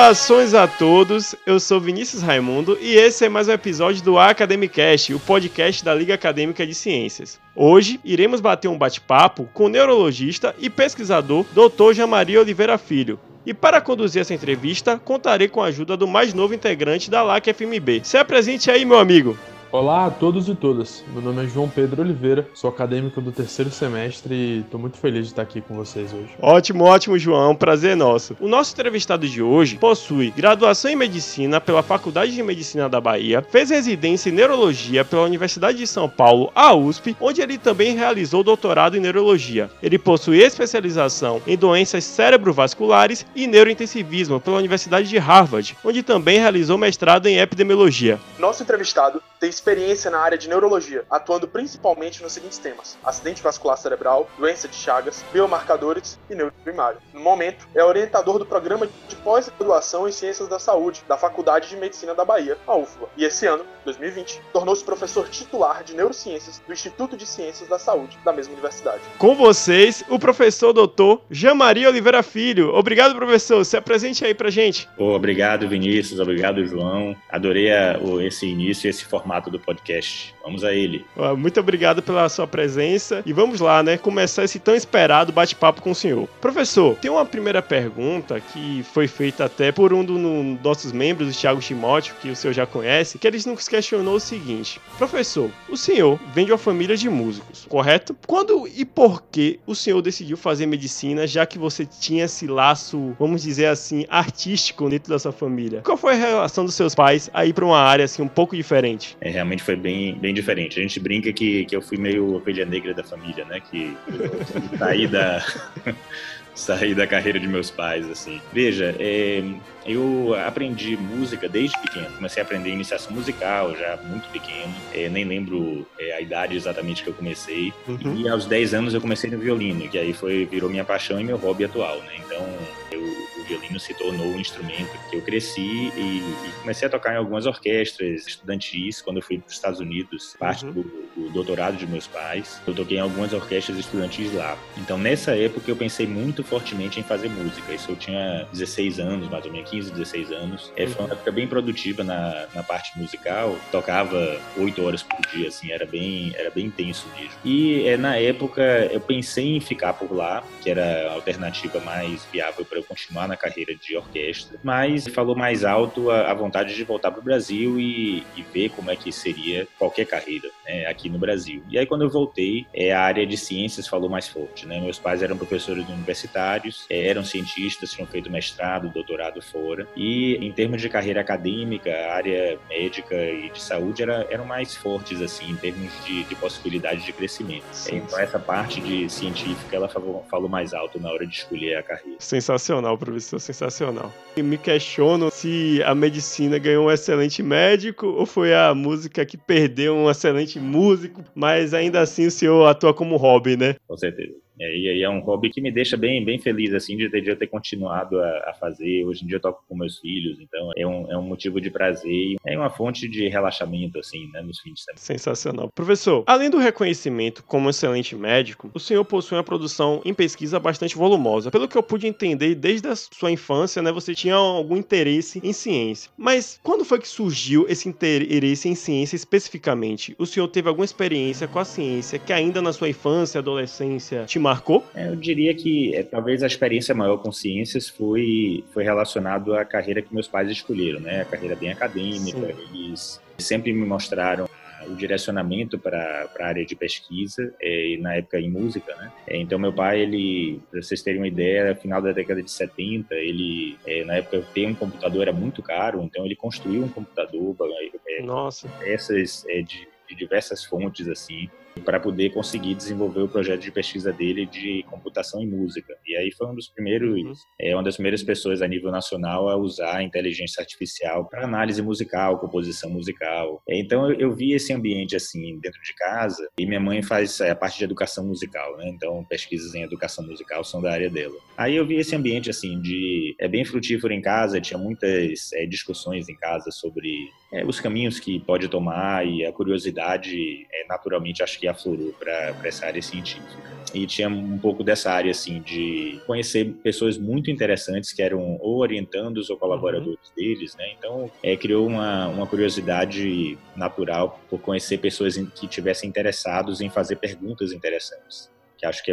Saudações a todos, eu sou Vinícius Raimundo e esse é mais um episódio do Academicast, o podcast da Liga Acadêmica de Ciências. Hoje iremos bater um bate-papo com o neurologista e pesquisador Dr. Jean-Marie Oliveira Filho. E para conduzir essa entrevista, contarei com a ajuda do mais novo integrante da LAC-FMB. Se apresente aí, meu amigo. Olá a todos e todas, meu nome é João Pedro Oliveira, sou acadêmico do terceiro semestre e estou muito feliz de estar aqui com vocês hoje. Ótimo, João, prazer nosso. O nosso entrevistado de hoje possui graduação em Medicina pela Faculdade de Medicina da Bahia, fez residência em Neurologia pela Universidade de São Paulo, a USP, onde ele também realizou doutorado em Neurologia. Ele possui especialização em doenças cerebrovasculares e neurointensivismo pela Universidade de Harvard, onde também realizou mestrado em Epidemiologia. Nosso entrevistado tem experiência na área de neurologia, atuando principalmente nos seguintes temas: acidente vascular cerebral, doença de Chagas, biomarcadores e neuroimagem. No momento, é orientador do programa de pós-graduação em Ciências da Saúde da Faculdade de Medicina da Bahia, a UFBA, e esse ano, 2020, tornou-se professor titular de Neurociências do Instituto de Ciências da Saúde da mesma universidade. Com vocês, o professor Dr. Jean-Marie Oliveira Filho. Obrigado, professor. Se apresente aí pra gente. Obrigado, Vinícius. Obrigado, João. Adorei esse início e esse formato do podcast. Vamos a ele. Muito obrigado pela sua presença e vamos lá, né, começar esse tão esperado bate-papo com o senhor. Professor, tem uma primeira pergunta que foi feita até por um dos nossos membros, o Thiago Timóteo, que o senhor já conhece, que eles nos questionou o seguinte: professor, o senhor vem de uma família de músicos, correto? Quando e por que o senhor decidiu fazer medicina, já que você tinha esse laço, vamos dizer assim, artístico dentro da sua família? Qual foi a relação dos seus pais a ir para uma área assim um pouco diferente? Realmente foi bem diferente. A gente brinca que eu fui meio ovelha negra da família, né? Que eu saí da carreira de meus pais, assim. Veja, eu aprendi música desde pequeno. Comecei a aprender iniciação musical já muito pequeno. Nem lembro a idade exatamente que eu comecei. Uhum. E aos 10 anos eu comecei no violino, que aí virou minha paixão e meu hobby atual, né? Então, o violino se tornou um instrumento que eu cresci e comecei a tocar em algumas orquestras estudantis quando eu fui para os Estados Unidos, parte do doutorado de meus pais. Eu toquei em algumas orquestras estudantis lá. Então, nessa época, eu pensei muito fortemente em fazer música. Isso eu tinha 16 anos, mais ou menos 15, 16 anos. Foi uma época bem produtiva na parte musical. Tocava 8 horas por dia, assim, era bem intenso mesmo. E na época, eu pensei em ficar por lá, que era a alternativa mais viável para eu continuar na carreira de orquestra, mas falou mais alto a vontade de voltar para o Brasil e ver como é que seria qualquer carreira, né, aqui no Brasil. E aí, quando eu voltei, a área de ciências falou mais forte, né? Meus pais eram professores universitários, eram cientistas, tinham feito mestrado, doutorado fora, e em termos de carreira acadêmica, a área médica e de saúde eram mais fortes, assim, em termos de possibilidade de crescimento. Então, essa parte de científica, ela falou mais alto na hora de escolher a carreira. Sensacional, professor, sensacional. E me questiono se a medicina ganhou um excelente médico ou foi a música que perdeu um excelente músico, mas ainda assim o senhor atua como hobby, né? Com certeza. E aí é um hobby que me deixa bem feliz, assim, de ter continuado a fazer. Hoje em dia eu toco com meus filhos, então é um motivo de prazer e é uma fonte de relaxamento, assim, né, nos fins de semana. Sensacional. Professor, além do reconhecimento como excelente médico, o senhor possui uma produção em pesquisa bastante volumosa. Pelo que eu pude entender, desde a sua infância, né, você tinha algum interesse em ciência. Mas quando foi que surgiu esse interesse em ciência especificamente? O senhor teve alguma experiência com a ciência que ainda na sua infância, adolescência, te marcou? Eu diria que talvez a experiência maior com ciências foi relacionado à carreira que meus pais escolheram, né? A carreira bem acadêmica. Sim. Eles sempre me mostraram o direcionamento para a área de pesquisa, na época em música, né? Então, meu pai, para vocês terem uma ideia, no final da década de 70, na época, ter um computador era muito caro, então ele construiu um computador, Nossa. De diversas fontes, assim, para poder conseguir desenvolver o projeto de pesquisa dele de computação em música. E aí foi uma das primeiras pessoas a nível nacional a usar a inteligência artificial para análise musical, composição musical. Então eu vi esse ambiente assim dentro de casa, e minha mãe faz a parte de educação musical, né? Então pesquisas em educação musical são da área dela. Aí eu vi esse ambiente assim bem frutífero em casa, tinha muitas discussões em casa sobre os caminhos que pode tomar, e a curiosidade naturalmente acho que aflorou para essa área científica. e tinha um pouco dessa área, assim, de conhecer pessoas muito interessantes que eram ou orientandos ou colaboradores deles, né? Então, criou uma curiosidade natural por conhecer pessoas que tivessem interessados em fazer perguntas interessantes. Que acho que é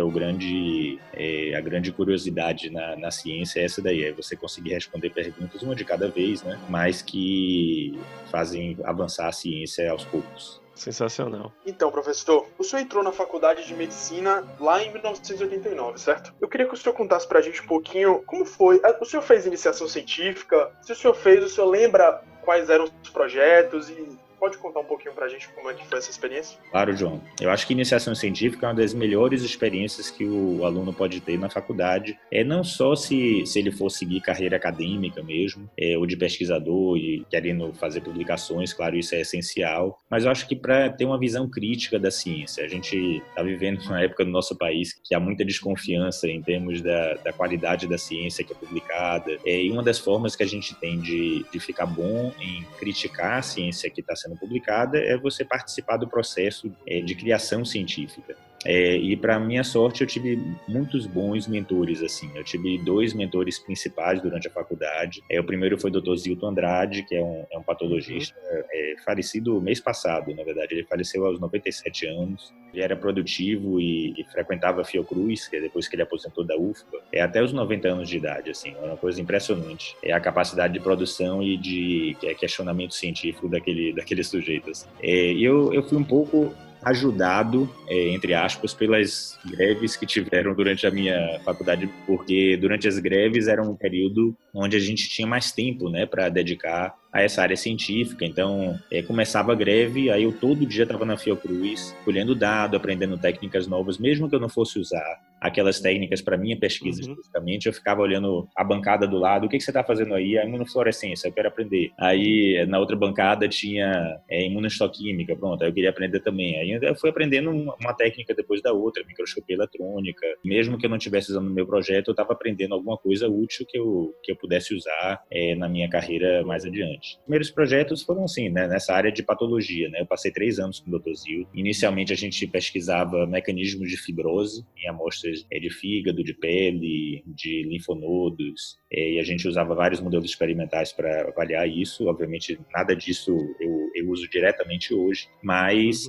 a grande curiosidade na ciência é essa daí, é você conseguir responder perguntas, uma de cada vez, né? Mas que fazem avançar a ciência aos poucos. Sensacional. Então, professor, o senhor entrou na faculdade de medicina lá em 1989, certo? Eu queria que o senhor contasse pra gente um pouquinho como foi. O senhor fez iniciação científica? Se o senhor fez, o senhor lembra quais eram os projetos e pode contar um pouquinho pra gente como é que foi essa experiência? Claro, João. Eu acho que iniciação científica é uma das melhores experiências que o aluno pode ter na faculdade. Não só se ele for seguir carreira acadêmica mesmo, ou de pesquisador e querendo fazer publicações, claro, isso é essencial. Mas eu acho que para ter uma visão crítica da ciência, a gente está vivendo uma época no nosso país que há muita desconfiança em termos da qualidade da ciência que é publicada. E uma das formas que a gente tem de ficar bom em criticar a ciência que está sendo publicada é você participar do processo de criação científica. E para minha sorte eu tive muitos bons mentores, assim. Eu tive 2 mentores principais durante a faculdade. O primeiro foi o Dr. Zilton Andrade, que é um patologista falecido mês passado, na verdade. Ele faleceu aos 97 anos. Ele era produtivo e frequentava a Fiocruz, que depois que ele aposentou da UFBA, até os 90 anos de idade, assim. É uma coisa impressionante. A capacidade de produção e de questionamento científico daquele sujeito, assim. E eu fui um pouco ajudado, entre aspas, pelas greves que tiveram durante a minha faculdade, porque durante as greves era um período onde a gente tinha mais tempo, né, para dedicar a essa área científica. Então, começava a greve, aí eu todo dia estava na Fiocruz, colhendo dado, aprendendo técnicas novas, mesmo que eu não fosse usar aquelas técnicas para minha pesquisa especificamente, eu ficava olhando a bancada do lado, o que você está fazendo aí? A imunofluorescência, eu quero aprender. Aí, na outra bancada tinha imunohistoquímica, pronto, aí eu queria aprender também. Aí eu fui aprendendo uma técnica depois da outra, microscopia eletrônica. Mesmo que eu não estivesse usando no meu projeto, eu estava aprendendo alguma coisa útil que eu pudesse usar na minha carreira mais adiante. Os primeiros projetos foram assim, né, nessa área de patologia, né? Eu passei 3 anos com o Dr. Zil. Inicialmente a gente pesquisava mecanismos de fibrose em amostras de fígado, de pele, de linfonodos, e a gente usava vários modelos experimentais para avaliar isso. Obviamente nada disso eu uso diretamente hoje, mas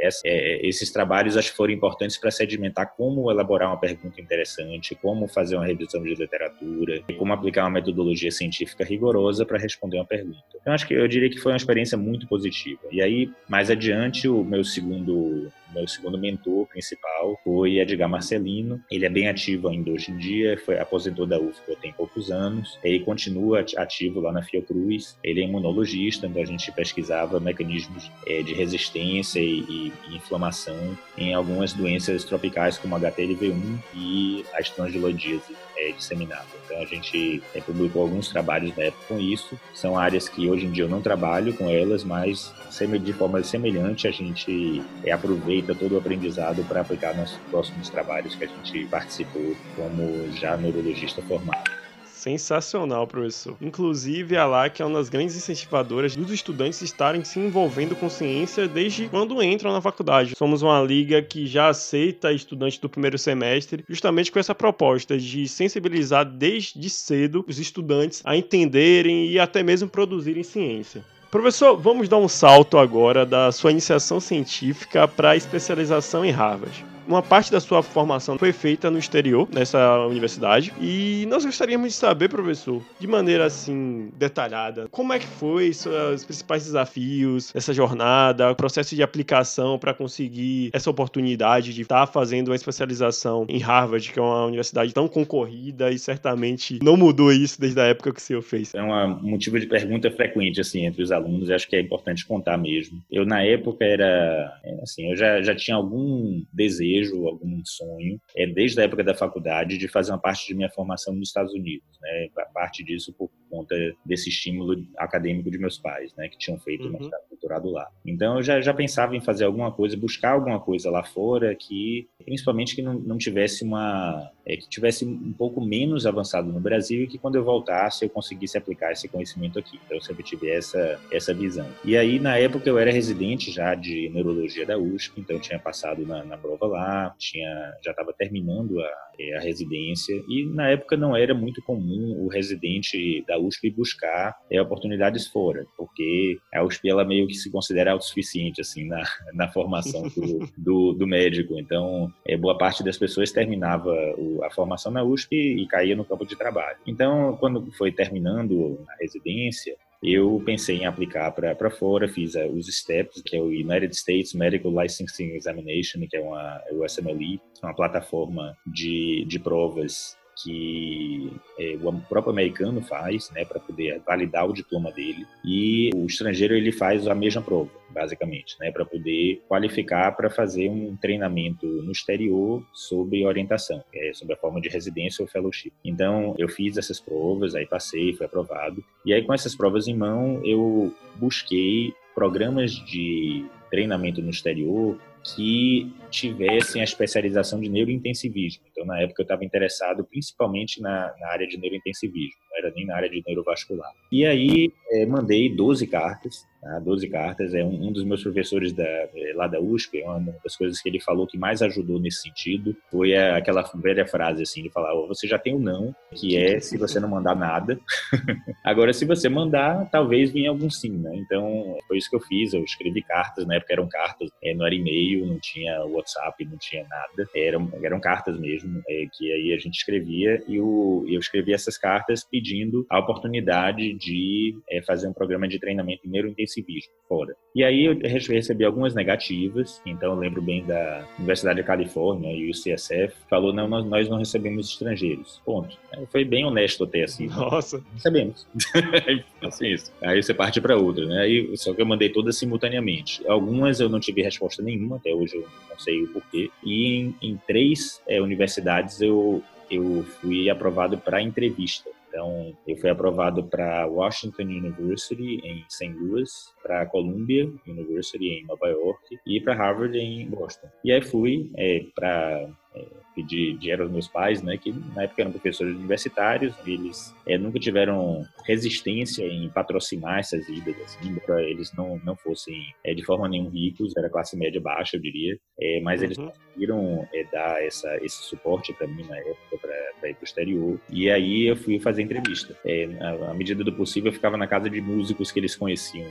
esses trabalhos acho que foram importantes para sedimentar como elaborar uma pergunta interessante, como fazer uma revisão de literatura, como aplicar uma metodologia científica rigorosa para responder uma pergunta. Então, eu diria que foi uma experiência muito positiva. E aí, mais adiante, o meu segundo mentor principal foi Edgar Marcelino. Ele é bem ativo ainda hoje em dia, aposentou da UFBA tem poucos anos, e continua ativo lá na Fiocruz. Ele é imunologista, então a gente pesquisava mecanismos de resistência e inflamação em algumas doenças tropicais, como HTLV1 e a estrongiloidíase disseminada. Então a gente publicou alguns trabalhos na época com isso. São áreas que hoje em dia eu não trabalho com elas, mas de forma semelhante a gente aproveita todo o aprendizado para aplicar nos próximos trabalhos que a gente participou como já neurologista formado. Sensacional, professor. Inclusive, a LAC é uma das grandes incentivadoras dos estudantes estarem se envolvendo com ciência desde quando entram na faculdade. Somos uma liga que já aceita estudantes do primeiro semestre, justamente com essa proposta de sensibilizar desde cedo os estudantes a entenderem e até mesmo produzirem ciência. Professor, vamos dar um salto agora da sua iniciação científica para a especialização em Harvard. Uma parte da sua formação foi feita no exterior, nessa universidade, e nós gostaríamos de saber, professor, de maneira assim detalhada, como é que foi os principais desafios, essa jornada, o processo de aplicação para conseguir essa oportunidade de estar fazendo uma especialização em Harvard, que é uma universidade tão concorrida e certamente não mudou isso desde a época que o senhor fez. É um motivo de pergunta frequente assim entre os alunos, e acho que é importante contar mesmo. Eu na época eu já tinha algum desejo, algum sonho, desde a época da faculdade, de fazer uma parte de minha formação nos Estados Unidos, né? Parte disso por conta desse estímulo acadêmico de meus pais, né? Que tinham feito doutorado lá. Então eu já pensava em fazer alguma coisa, buscar alguma coisa lá fora que principalmente que não tivesse que tivesse um pouco menos avançado no Brasil e que quando eu voltasse eu conseguisse aplicar esse conhecimento aqui. Então eu sempre tive essa visão. E aí, na época, eu era residente já de neurologia da USP, então eu tinha passado na prova lá, já estava terminando a residência, e na época não era muito comum o residente da USP buscar oportunidades fora, porque a USP ela meio que se considera autossuficiente assim, na formação do médico. Então, boa parte das pessoas terminava a formação na USP e caía no campo de trabalho. Então, quando foi terminando a residência, eu pensei em aplicar para fora, fiz os STEPS, que é o United States Medical Licensing Examination, que é o USMLE, uma plataforma de provas que o próprio americano faz, né, para poder validar o diploma dele, e o estrangeiro ele faz a mesma prova, basicamente, né, para poder qualificar para fazer um treinamento no exterior sob orientação, sob a forma de residência ou fellowship. Então, eu fiz essas provas, aí passei, fui aprovado, e aí com essas provas em mão, eu busquei programas de treinamento no exterior que tivessem a especialização de neurointensivismo. Então, na época, eu estava interessado principalmente na área de neurointensivismo, não era nem na área de neurovascular. E aí, mandei 12 cartas. 12 cartas, um dos meus professores lá da USP, uma das coisas que ele falou que mais ajudou nesse sentido foi aquela velha frase assim, de falar, você já tem o não, que é se você não mandar nada. Agora, se você mandar, talvez venha algum sim, né? Então, foi isso que eu fiz, eu escrevi cartas, na época eram cartas, não era e-mail, não tinha WhatsApp, não tinha nada, eram cartas mesmo, que aí a gente escrevia, e eu escrevi essas cartas pedindo a oportunidade de fazer um programa de treinamento em neurointensivismo fora. E aí eu recebi algumas negativas, então eu lembro bem da Universidade da Califórnia e o UCSF, falou, não, nós não recebemos estrangeiros, ponto. Foi bem honesto até assim. Nossa. Recebemos. Assim, isso. Aí você parte para outra, né? Aí, só que eu mandei todas simultaneamente. Algumas eu não tive resposta nenhuma, até hoje eu não sei o porquê. E em 3 universidades eu fui aprovado para entrevista. Então, eu fui aprovado para Washington University, em St. Louis, para Columbia University, em Nova York, e para Harvard, em Boston. E aí fui para pedir dinheiro aos meus pais, né, que na época eram professores universitários, eles nunca tiveram resistência em patrocinar essas idas, assim, para eles não fossem de forma nenhuma ricos, era classe média baixa, eu diria, mas eles conseguiram dar esse suporte para mim na época para ir para o exterior. E aí eu fui fazer entrevista. À medida do possível, eu ficava na casa de músicos que eles conheciam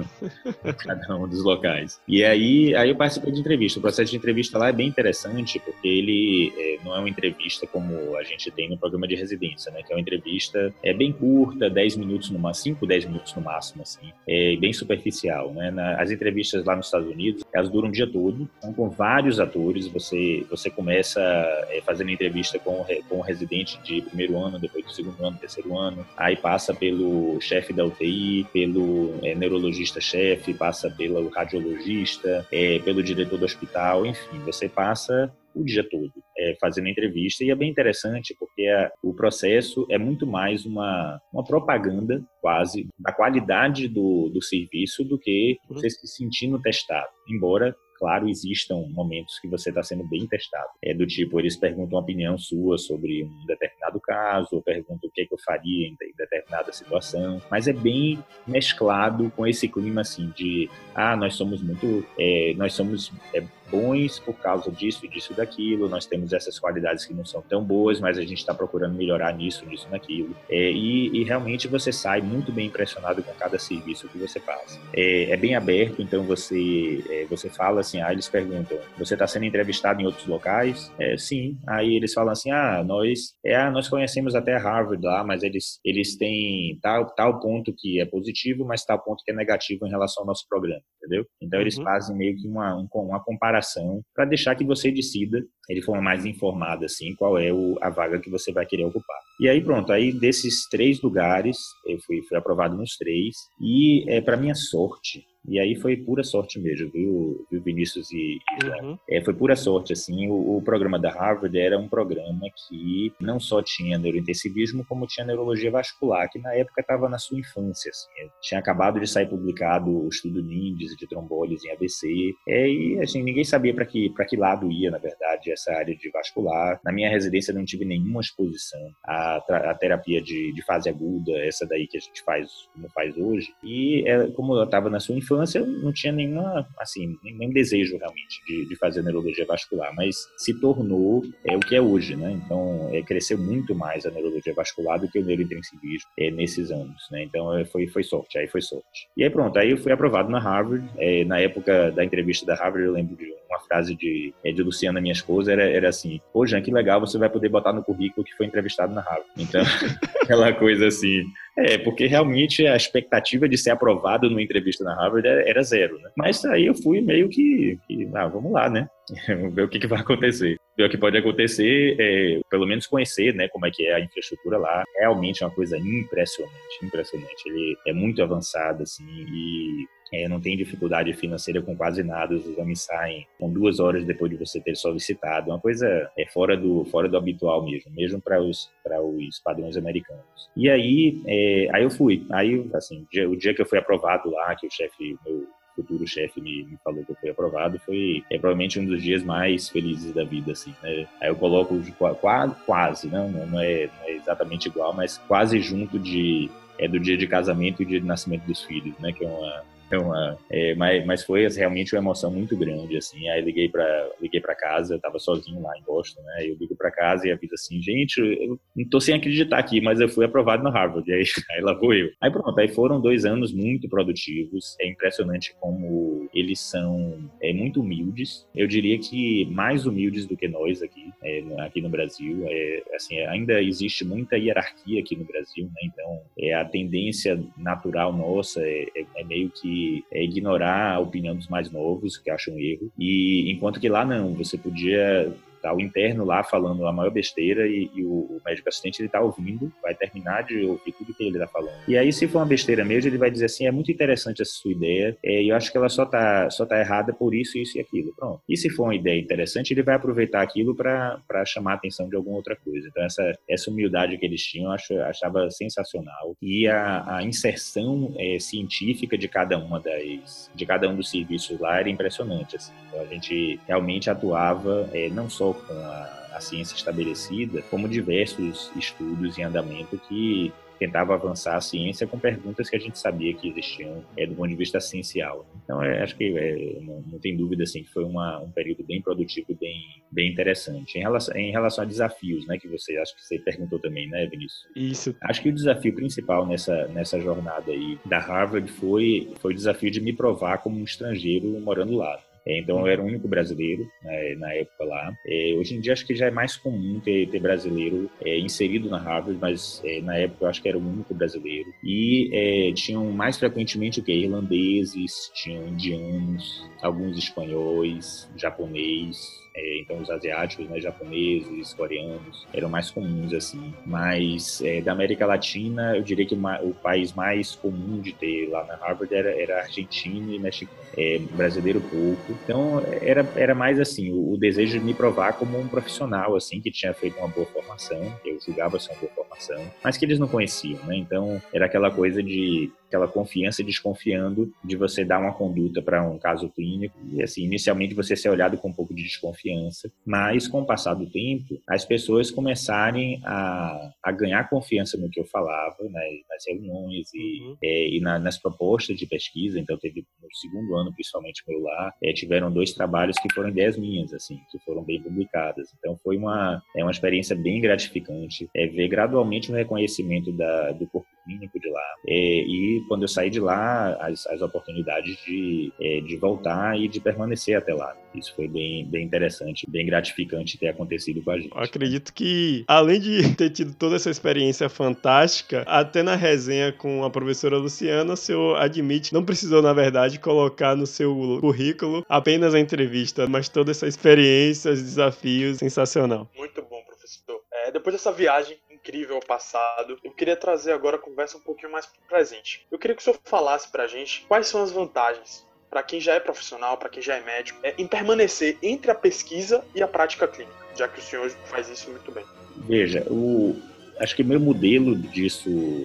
no cada um dos locais. E aí eu participei de entrevista. O processo de entrevista lá é bem interessante, porque ele não é uma entrevista como a gente tem no programa de residência, né? Que é uma entrevista bem curta, 10 minutos 5, 10 minutos no máximo, assim, bem superficial, né? As entrevistas lá nos Estados Unidos, elas duram o dia todo, são com vários atores, você começa fazendo entrevista com o residente de primeiro ano, depois do segundo ano, terceiro ano, aí passa pelo chefe da UTI, pelo neurologista-chefe, passa pelo radiologista, pelo diretor do hospital, enfim, você passa o dia todo fazendo entrevista, e é bem interessante porque o processo é muito mais uma propaganda quase da qualidade do serviço do que você se sentindo testado, embora claro, existam momentos que você está sendo bem testado. Do tipo, eles perguntam a opinião sua sobre um determinado caso, ou perguntam o que eu faria em determinada situação, mas é bem mesclado com esse clima assim de, nós somos bons por causa disso, disso e daquilo, nós temos essas qualidades que não são tão boas, mas a gente está procurando melhorar nisso, nisso e naquilo. E realmente você sai muito bem impressionado com cada serviço que você faz. É bem aberto, então você fala assim, eles perguntam, você está sendo entrevistado em outros locais? Sim. Aí eles falam assim, nós conhecemos até Harvard lá, mas eles têm tal ponto que é positivo, mas tal ponto que é negativo em relação ao nosso programa, entendeu? Então eles fazem meio que uma comparação para deixar que você decida, de forma mais informada, assim, qual é a vaga que você vai querer ocupar. E aí pronto, aí desses 3 lugares, eu fui aprovado nos 3, e para minha sorte, E aí foi pura sorte mesmo, viu Vinícius e João? Uhum. Foi pura sorte, assim, o programa da Harvard era um programa que não só tinha neurointensivismo, como tinha neurologia vascular, que na época estava na sua infância, assim. Tinha acabado de sair publicado o estudo de índice de trombólise em AVC, e assim, ninguém sabia para que lado ia, na verdade, essa área de vascular. Na minha residência não tive nenhuma exposição à terapia de fase aguda, essa daí que a gente como faz hoje, e como eu estava na sua infância, eu não tinha nenhuma, assim, nem desejo realmente de fazer neurologia vascular, mas se tornou o que é hoje, né? Então, cresceu muito mais a neurologia vascular do que o neurointensivismo nesses anos, né? Então, foi sorte, aí foi sorte. E aí pronto, aí eu fui aprovado na Harvard. Na época da entrevista da Harvard, eu lembro de uma frase de Luciana, minha esposa, era assim: pô, Jean, que legal, você vai poder botar no currículo que foi entrevistado na Harvard. Então, aquela coisa assim... porque realmente a expectativa de ser aprovado numa entrevista na Harvard era zero, né? Mas aí eu fui meio que vamos lá, né? Vamos ver o que vai acontecer. Ver o que pode acontecer, pelo menos conhecer, né, como é que é a infraestrutura lá. Realmente é uma coisa impressionante. Ele é muito avançado, assim, e... não tem dificuldade financeira com quase nada, os exames saem com 2 horas depois de você ter solicitado. Uma coisa fora do habitual mesmo para os padrões americanos. E aí eu fui. Aí, assim, o dia que eu fui aprovado lá, que meu futuro chefe me falou que eu fui aprovado, foi provavelmente um dos dias mais felizes da vida, assim, né? Aí eu coloco quase, não é exatamente igual, mas quase junto do dia de casamento e dia de nascimento dos filhos, né? Que mas foi realmente uma emoção muito grande, assim. Aí liguei pra casa, eu tava sozinho lá em Boston, né? Eu ligo pra casa e aviso assim: gente, eu não tô sem acreditar aqui, mas eu fui aprovado na Harvard. Aí lá vou eu. Aí pronto, aí foram 2 anos muito produtivos. É impressionante como eles são muito humildes. Eu diria que mais humildes do que nós aqui no Brasil. Assim, ainda existe muita hierarquia aqui no Brasil, né? Então, a tendência natural nossa é meio que ignorar a opinião dos mais novos, que acham erro, e enquanto que lá não, você podia tá o interno lá falando a maior besteira e o médico assistente, ele tá ouvindo, vai terminar de ouvir tudo que ele tá falando. E aí, se for uma besteira mesmo, ele vai dizer assim: é muito interessante essa sua ideia, eu acho que ela só tá errada por isso e aquilo. Pronto. E se for uma ideia interessante, ele vai aproveitar aquilo para chamar a atenção de alguma outra coisa. Então, essa humildade que eles tinham, eu achava sensacional. E a inserção científica de cada um dos serviços lá era impressionante, assim. Então, a gente realmente atuava não só com a ciência estabelecida, como diversos estudos em andamento que tentava avançar a ciência com perguntas que a gente sabia que existiam do ponto de vista ciencial. Então, acho que não tem dúvida assim, que foi um período bem produtivo e bem interessante. Em relação a desafios, né, que acho que você perguntou também, né, Vinícius? Isso. Acho que o desafio principal nessa jornada aí da Harvard foi o desafio de me provar como um estrangeiro morando lá. Então, eu era o único brasileiro, né, na época lá. Hoje em dia, acho que já é mais comum ter brasileiro inserido na Harvard, mas na época eu acho que era o único brasileiro. E tinham mais frequentemente irlandeses, tinham indianos, alguns espanhóis, japonês. Então, os asiáticos, né, japoneses, coreanos, eram mais comuns, assim. Mas da América Latina, eu diria que o país mais comum de ter lá na Harvard era argentino e mexicano. Brasileiro pouco. Então, era mais, assim, o desejo de me provar como um profissional, assim, que tinha feito uma boa formação. Eu julgava ser uma boa formação, mas que eles não conheciam, né? Então, era aquela coisa aquela confiança desconfiando de você dar uma conduta para um caso clínico e, assim, inicialmente você ser olhado com um pouco de desconfiança, mas com o passar do tempo, as pessoas começarem a ganhar confiança no que eu falava, né, nas reuniões e nas propostas de pesquisa. Então, teve no segundo ano, principalmente meu lá, tiveram 2 trabalhos que foram ideias minhas, assim, que foram bem publicadas. Então, foi uma experiência bem gratificante, ver gradualmente o reconhecimento do corpo clínico de lá, e quando eu saí de lá, as oportunidades de voltar e de permanecer até lá. Isso foi bem interessante, bem gratificante ter acontecido com a gente. Eu acredito que, além de ter tido toda essa experiência fantástica, até na resenha com a professora Luciana, o senhor admite, não precisou, na verdade, colocar no seu currículo apenas a entrevista, mas toda essa experiência, os desafios, sensacional. Muito bom, professor. Depois dessa viagem incrível ao passado, eu queria trazer agora a conversa um pouquinho mais pro presente. Eu queria que o senhor falasse pra gente quais são as vantagens para quem já é profissional, para quem já é médico, em permanecer entre a pesquisa e a prática clínica, já que o senhor faz isso muito bem. Veja, acho que o meu modelo disso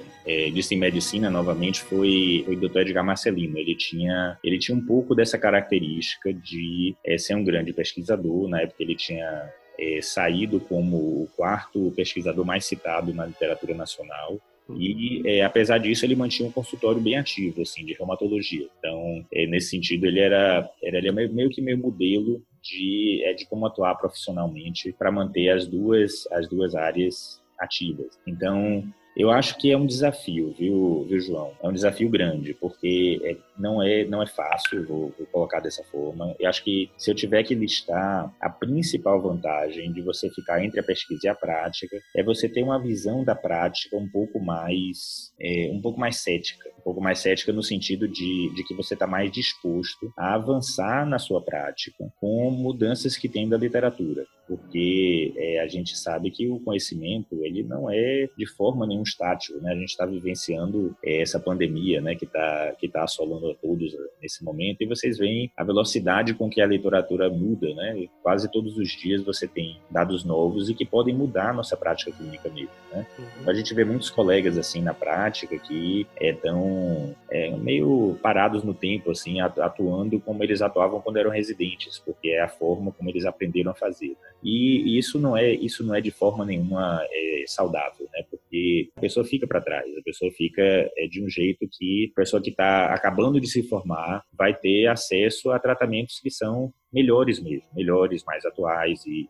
em medicina, novamente, foi o Dr. Edgar Marcelino. Ele tinha um pouco dessa característica de ser um grande pesquisador. Na época ele tinha saído como o quarto pesquisador mais citado na literatura nacional. E, apesar disso, ele mantinha um consultório bem ativo, assim, de reumatologia. Então, nesse sentido, ele era meio que meu modelo de como atuar profissionalmente para manter as duas áreas ativas. Então, eu acho que é um desafio, viu, João? É um desafio grande, porque não é fácil, vou colocar dessa forma. Eu acho que se eu tiver que listar, a principal vantagem de você ficar entre a pesquisa e a prática é você ter uma visão da prática um pouco mais cética. Um pouco mais cética no sentido de que você está mais disposto a avançar na sua prática com mudanças que tem da literatura. Porque a gente sabe que o conhecimento, ele não é de forma nenhuma estático, né? A gente está vivenciando essa pandemia, né, que tá assolando a todos nesse momento, e vocês veem a velocidade com que a literatura muda, né? Quase todos os dias você tem dados novos e que podem mudar a nossa prática clínica mesmo, né? A gente vê muitos colegas assim na prática que estão meio parados no tempo, assim, atuando como eles atuavam quando eram residentes, porque é a forma como eles aprenderam a fazer, né? E isso não é de forma nenhuma saudável, né? Porque a pessoa fica para trás, a pessoa fica de um jeito que a pessoa que está acabando de se formar vai ter acesso a tratamentos que são melhores mesmo, mais atuais e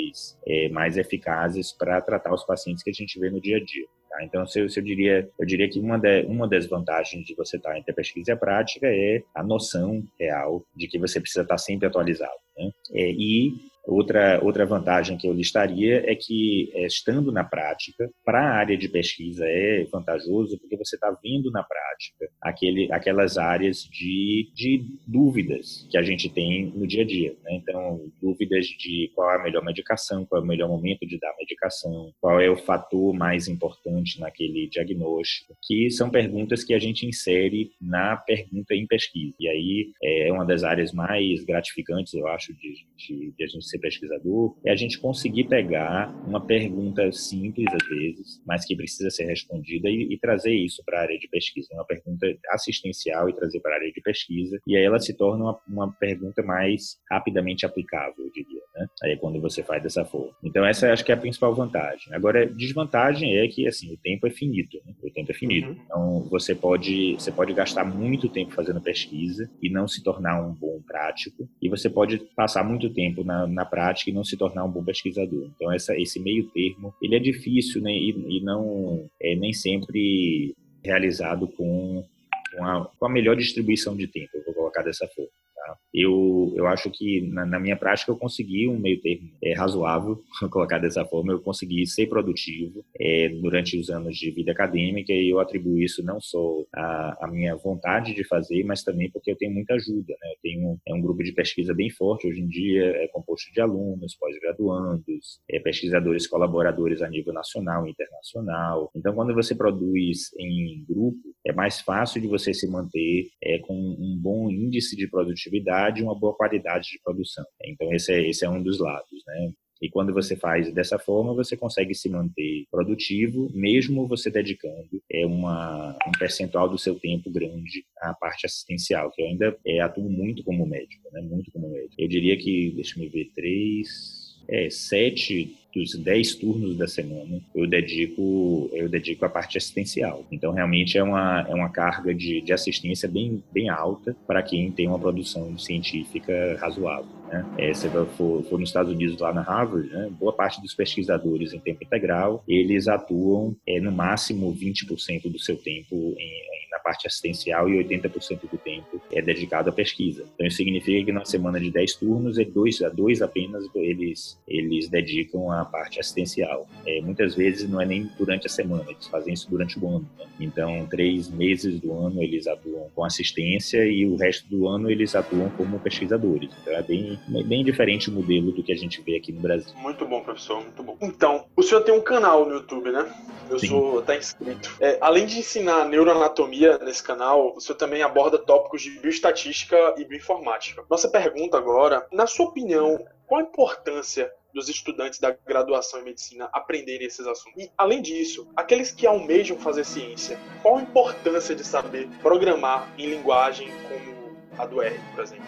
mais eficazes para tratar os pacientes que a gente vê no dia a dia. Tá? Então, eu diria que uma das vantagens de você estar entre a pesquisa e a prática é a noção real de que você precisa estar sempre atualizado, né? E outra vantagem que eu listaria é que, estando na prática, para a área de pesquisa é vantajoso porque você está vendo na prática aquelas áreas de dúvidas que a gente tem no dia a dia, né? Então, dúvidas de qual é a melhor medicação, qual é o melhor momento de dar a medicação, qual é o fator mais importante naquele diagnóstico, que são perguntas que a gente insere na pergunta em pesquisa. E aí é uma das áreas mais gratificantes, eu acho, de a gente ser pesquisador, é a gente conseguir pegar uma pergunta simples, às vezes, mas que precisa ser respondida e trazer isso para a área de pesquisa. Uma pergunta assistencial e trazer para a área de pesquisa, e aí ela se torna uma pergunta mais rapidamente aplicável, eu diria, né? Aí é quando você faz dessa forma. Então essa eu acho que é a principal vantagem. Agora, desvantagem é que, assim, o tempo é finito, né? O tempo é finito. Então você pode gastar muito tempo fazendo pesquisa e não se tornar um bom prático, e você pode passar muito tempo na prática e não se tornar um bom pesquisador. Então esse meio termo, ele é difícil, né? E não é nem sempre realizado com a melhor distribuição de tempo, eu vou colocar dessa forma. Tá? Eu acho que na minha prática eu consegui um meio termo razoável, vou colocar dessa forma. Eu consegui ser produtivo durante os anos de vida acadêmica, e eu atribuo isso não só à minha vontade de fazer, mas também porque eu tenho muita ajuda, né? Eu tenho um grupo de pesquisa bem forte hoje em dia, composto de alunos, pós-graduandos, pesquisadores colaboradores a nível nacional e internacional. Então, quando você produz em grupo, é mais fácil de você se manter com um bom índice de produtividade e uma boa qualidade de produção. Então, esse é um dos lados, né? E quando você faz dessa forma, você consegue se manter produtivo, mesmo você dedicando um percentual do seu tempo grande à parte assistencial, que eu ainda atuo muito como médico, né? Muito como médico. Eu diria que, deixa eu ver, 7 dos 10 turnos da semana eu dedico à parte assistencial. Então, realmente é uma carga de assistência bem, bem alta para quem tem uma produção científica razoável, né? Se for nos Estados Unidos, lá na Harvard, né, boa parte dos pesquisadores em tempo integral, eles atuam no máximo 20% do seu tempo em na parte assistencial e 80% do tempo é dedicado à pesquisa. Então isso significa que na semana de 10 turnos, dois apenas eles dedicam à parte assistencial. Muitas vezes não é nem durante a semana, eles fazem isso durante o ano, né? Então 3 meses do ano eles atuam com assistência e o resto do ano eles atuam como pesquisadores. Então é bem diferente o modelo do que a gente vê aqui no Brasil. Muito bom, professor, muito bom. Então, o senhor tem um canal no YouTube, né? Eu Sim. sou até inscrito. Além de ensinar neuroanatomia nesse canal, o senhor também aborda tópicos de bioestatística e bioinformática. Nossa pergunta agora, na sua opinião, qual a importância dos estudantes da graduação em medicina aprenderem esses assuntos? E, além disso, aqueles que almejam fazer ciência, qual a importância de saber programar em linguagem como a do R, por exemplo?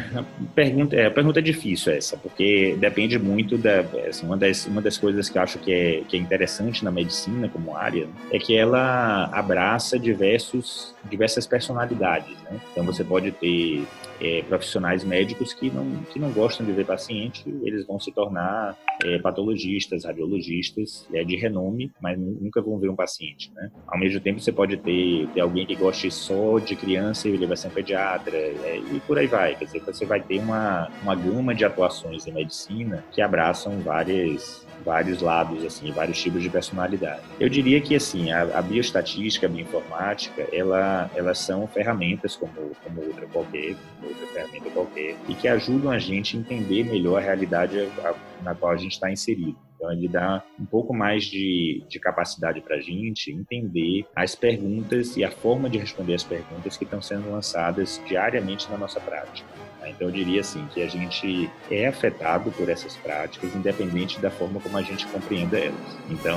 A pergunta é difícil essa, porque depende muito assim, uma das coisas que eu acho que é interessante na medicina como área, é que ela abraça diversas personalidades, né? Então você pode ter profissionais médicos que não gostam de ver paciente, eles vão se tornar patologistas, radiologistas de renome, mas nunca vão ver um paciente, né? Ao mesmo tempo você pode ter alguém que goste só de criança e ele vai ser um pediatra, e por aí vai. Quer dizer, você vai ter uma gama de atuações em medicina que abraçam vários lados, assim, vários tipos de personalidade. Eu diria que, assim, a bioestatística, a bioinformática, elas são ferramentas como outra ferramenta qualquer, e que ajudam a gente a entender melhor a realidade na qual a gente está inserido. Então, ele dá um pouco mais de capacidade para a gente entender as perguntas e a forma de responder as perguntas que estão sendo lançadas diariamente na nossa prática. Então, eu diria assim, que a gente é afetado por essas práticas, independente da forma como a gente compreenda elas. Então,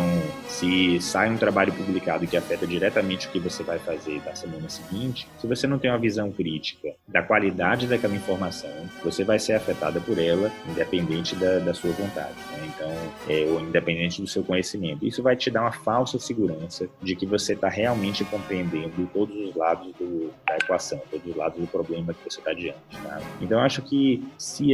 se sai um trabalho publicado que afeta diretamente o que você vai fazer na semana seguinte, se você não tem uma visão crítica da qualidade daquela informação, você vai ser afetada por ela, independente da sua vontade, né? Então, ou independente do seu conhecimento. Isso vai te dar uma falsa segurança de que você está realmente compreendendo todos os lados da equação, todos os lados do problema que você está diante, tá? Então, eu acho que se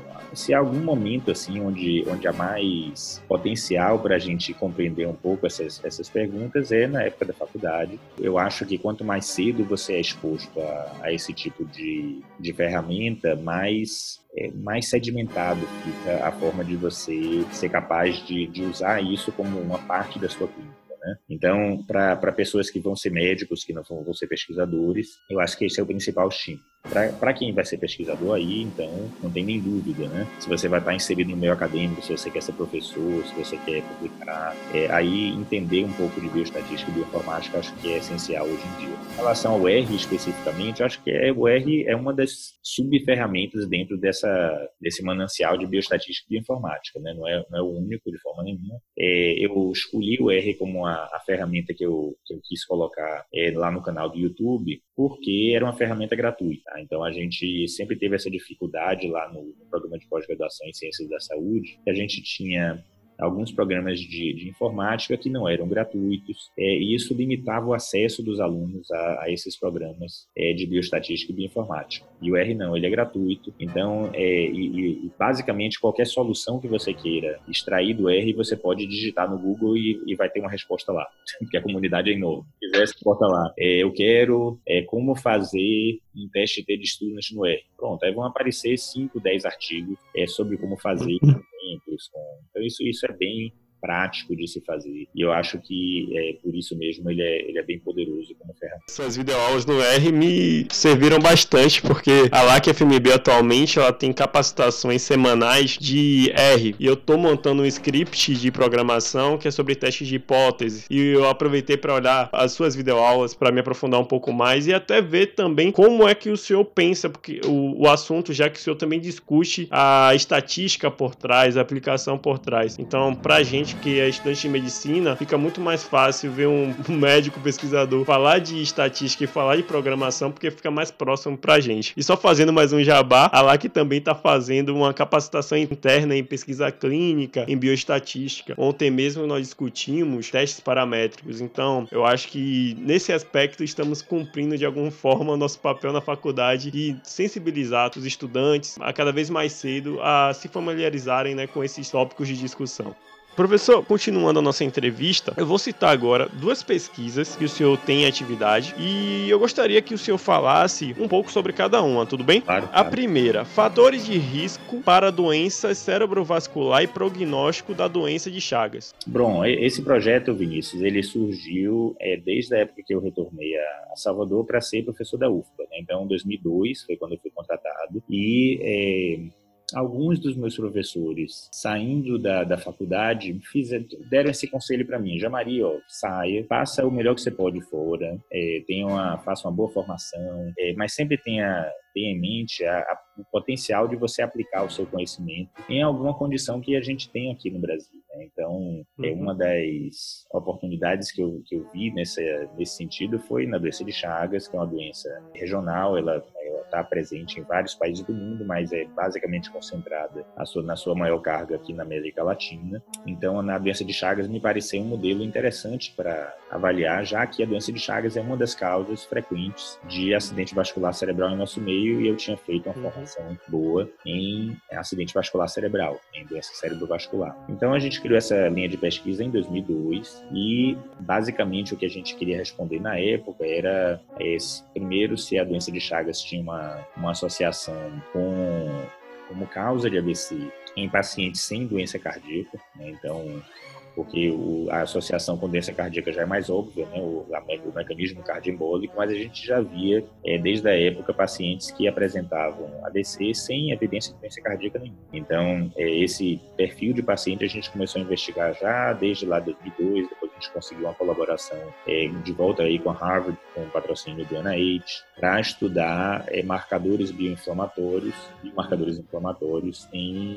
há algum momento assim onde há mais potencial para a gente compreender um pouco essas perguntas é na época da faculdade. Eu acho que quanto mais cedo você é exposto a esse tipo de ferramenta, mais sedimentado fica a forma de você ser capaz de usar isso como uma parte da sua clínica, né? Então, para pessoas que vão ser médicos, que não vão ser pesquisadores, eu acho que esse é o principal estímulo. Para quem vai ser pesquisador aí, então, não tem nem dúvida, né? Se você vai estar inserido no meio acadêmico, se você quer ser professor, se você quer publicar, aí entender um pouco de bioestatística e bioinformática, acho que é essencial hoje em dia. Em relação ao R especificamente, acho que o R é uma das subferramentas dentro desse manancial de bioestatística e bioinformática, né? Não é o único de forma nenhuma. Eu escolhi o R como a ferramenta que eu quis colocar lá no canal do YouTube, porque era uma ferramenta gratuita. Tá? Então, a gente sempre teve essa dificuldade lá no programa de pós-graduação em Ciências da Saúde, que a gente tinha alguns programas de informática que não eram gratuitos, e isso limitava o acesso dos alunos a esses programas de bioestatística e bioinformática. E o R não, ele é gratuito, então, basicamente qualquer solução que você queira extrair do R, você pode digitar no Google e vai ter uma resposta lá, porque a comunidade é enorme. Se quiser, você bota lá, eu quero como fazer um teste de student no R. Pronto, aí vão aparecer 5, 10 artigos sobre como fazer. Então isso é bem prático de se fazer. E eu acho que, por isso mesmo, ele é bem poderoso como ferramenta. Essas videoaulas no R me serviram bastante, porque a LAC FMB atualmente ela tem capacitações semanais de R. E eu tô montando um script de programação que é sobre testes de hipótese. E eu aproveitei para olhar as suas videoaulas para me aprofundar um pouco mais e até ver também como é que o senhor pensa, porque o assunto, já que o senhor também discute a estatística por trás, a aplicação por trás. Então, pra gente que é estudante de medicina, fica muito mais fácil ver um médico pesquisador falar de estatística e falar de programação, porque fica mais próximo pra gente. E só fazendo mais um jabá, a LAC também tá fazendo uma capacitação interna em pesquisa clínica, em bioestatística. Ontem mesmo nós discutimos testes paramétricos. Então, eu acho que nesse aspecto estamos cumprindo de alguma forma o nosso papel na faculdade e sensibilizar os estudantes a cada vez mais cedo a se familiarizarem, né, com esses tópicos de discussão. Professor, continuando a nossa entrevista, eu vou citar agora 2 pesquisas que o senhor tem em atividade e eu gostaria que o senhor falasse um pouco sobre cada uma, tudo bem? Claro. A primeira, fatores de risco para doença cerebrovascular e prognóstico da doença de Chagas. Bom, esse projeto, Vinícius, ele surgiu desde a época que eu retornei a Salvador para ser professor da UFPA, né? Então, em 2002 foi quando eu fui contratado e alguns dos meus professores, saindo da faculdade, deram esse conselho para mim: Jamari, saia, faça o melhor que você pode fora, faça uma boa formação, mas sempre tenha em mente o potencial de você aplicar o seu conhecimento em alguma condição que a gente tem aqui no Brasil, né? Então, uma das oportunidades que eu vi nesse sentido foi na doença de Chagas, que é uma doença regional. Ela está presente em vários países do mundo, mas é basicamente concentrada na sua maior carga aqui na América Latina. Então, na doença de Chagas me pareceu um modelo interessante para avaliar, já que a doença de Chagas é uma das causas frequentes de acidente vascular cerebral em nosso meio, e eu tinha feito uma formação boa em acidente vascular cerebral, em doença cerebrovascular. Então, a gente criou essa linha de pesquisa em 2002 e, basicamente, o que a gente queria responder na época era, primeiro, se a doença de Chagas tinha uma associação como causa de AVC em pacientes sem doença cardíaca, né? Então, porque a associação com doença cardíaca já é mais óbvia, né? O mecanismo cardioembólico, mas a gente já via, desde a época, pacientes que apresentavam AVC sem evidência de doença cardíaca nenhuma. Então, esse perfil de paciente a gente começou a investigar já desde lá de 2002, depois a gente conseguiu uma colaboração de volta aí com a Harvard, com o patrocínio do NIH, para estudar marcadores bioinflamatórios e marcadores inflamatórios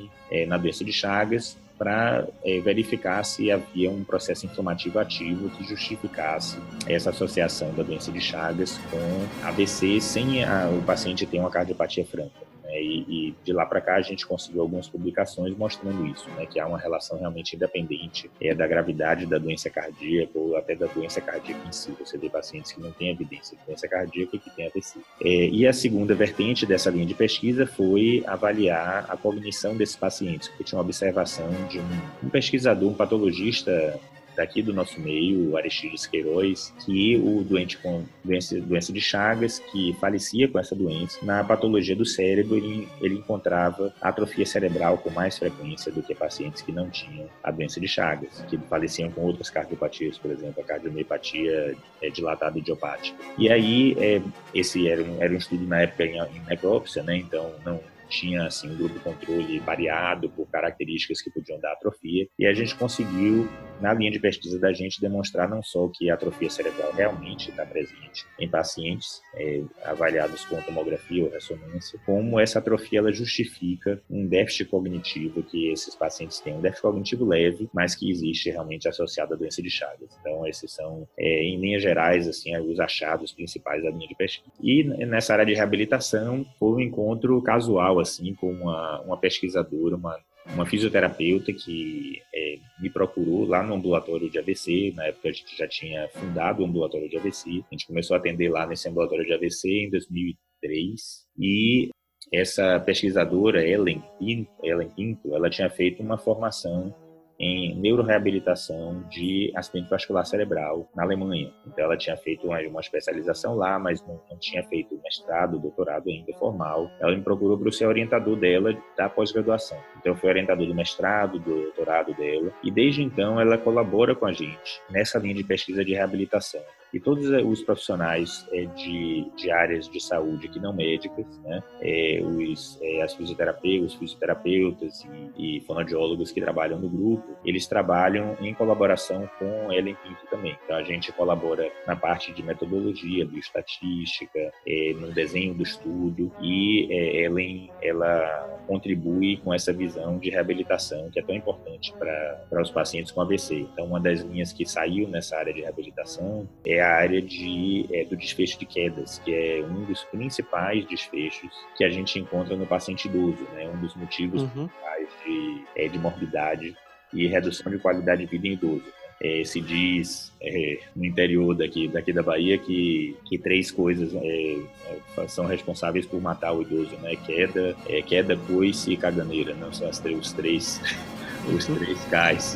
na doença de Chagas, para verificar se havia um processo inflamativo ativo que justificasse essa associação da doença de Chagas com AVC sem o paciente ter uma cardiopatia franca. E de lá para cá a gente conseguiu algumas publicações mostrando isso, né, que há uma relação realmente independente da gravidade da doença cardíaca ou até da doença cardíaca em si. Você vê pacientes que não têm evidência de doença cardíaca e que têm AVC. E a segunda vertente dessa linha de pesquisa foi avaliar a cognição desses pacientes, porque tinha uma observação de um pesquisador, um patologista daqui do nosso meio, o Aristides Queiroz, que o doente com doença de Chagas, que falecia com essa doença, na patologia do cérebro, ele encontrava atrofia cerebral com mais frequência do que pacientes que não tinham a doença de Chagas, que faleciam com outras cardiopatias, por exemplo, a cardiomiopatia dilatada idiopática. E aí, esse era um estudo na época em necrópsia, né? Então não tinha assim, um grupo de controle variado por características que podiam dar atrofia, e a gente conseguiu, na linha de pesquisa da gente, demonstrar não só que a atrofia cerebral realmente está presente em pacientes avaliados com tomografia ou ressonância, como essa atrofia ela justifica um déficit cognitivo que esses pacientes têm, um déficit cognitivo leve, mas que existe realmente associado à doença de Chagas. Então, esses são, em linhas gerais, assim, os achados principais da linha de pesquisa. E nessa área de reabilitação, foi um encontro casual, assim, com uma pesquisadora, uma fisioterapeuta que me procurou lá no ambulatório de AVC. Na época a gente já tinha fundado o ambulatório de AVC, a gente começou a atender lá nesse ambulatório de AVC em 2003, e essa pesquisadora, Ellen Pinto, ela tinha feito uma formação em neuroreabilitação de acidente vascular cerebral na Alemanha. Então ela tinha feito uma especialização lá, mas não tinha feito mestrado, doutorado ainda formal. Ela me procurou para ser orientador dela da pós-graduação. Então eu fui orientador do mestrado, do doutorado dela, e desde então ela colabora com a gente nessa linha de pesquisa de reabilitação. E todos os profissionais de áreas de saúde que não médicas, né, os fisioterapeutas e fonoaudiólogos que trabalham no grupo, eles trabalham em colaboração com Ellen Pinto também. Então a gente colabora na parte de metodologia, bioestatística, no desenho do estudo, e Ellen, ela contribui com essa visão de reabilitação que é tão importante para os pacientes com AVC. Então uma das linhas que saiu nessa área de reabilitação é a área do desfecho de quedas, que é um dos principais desfechos que a gente encontra no paciente idoso, né? Um dos motivos principais de morbidade e redução de qualidade de vida em idoso. Se diz no interior daqui da Bahia que 3 coisas são responsáveis por matar o idoso, né? Queda, coice e caganeira, não são os três os 3Ks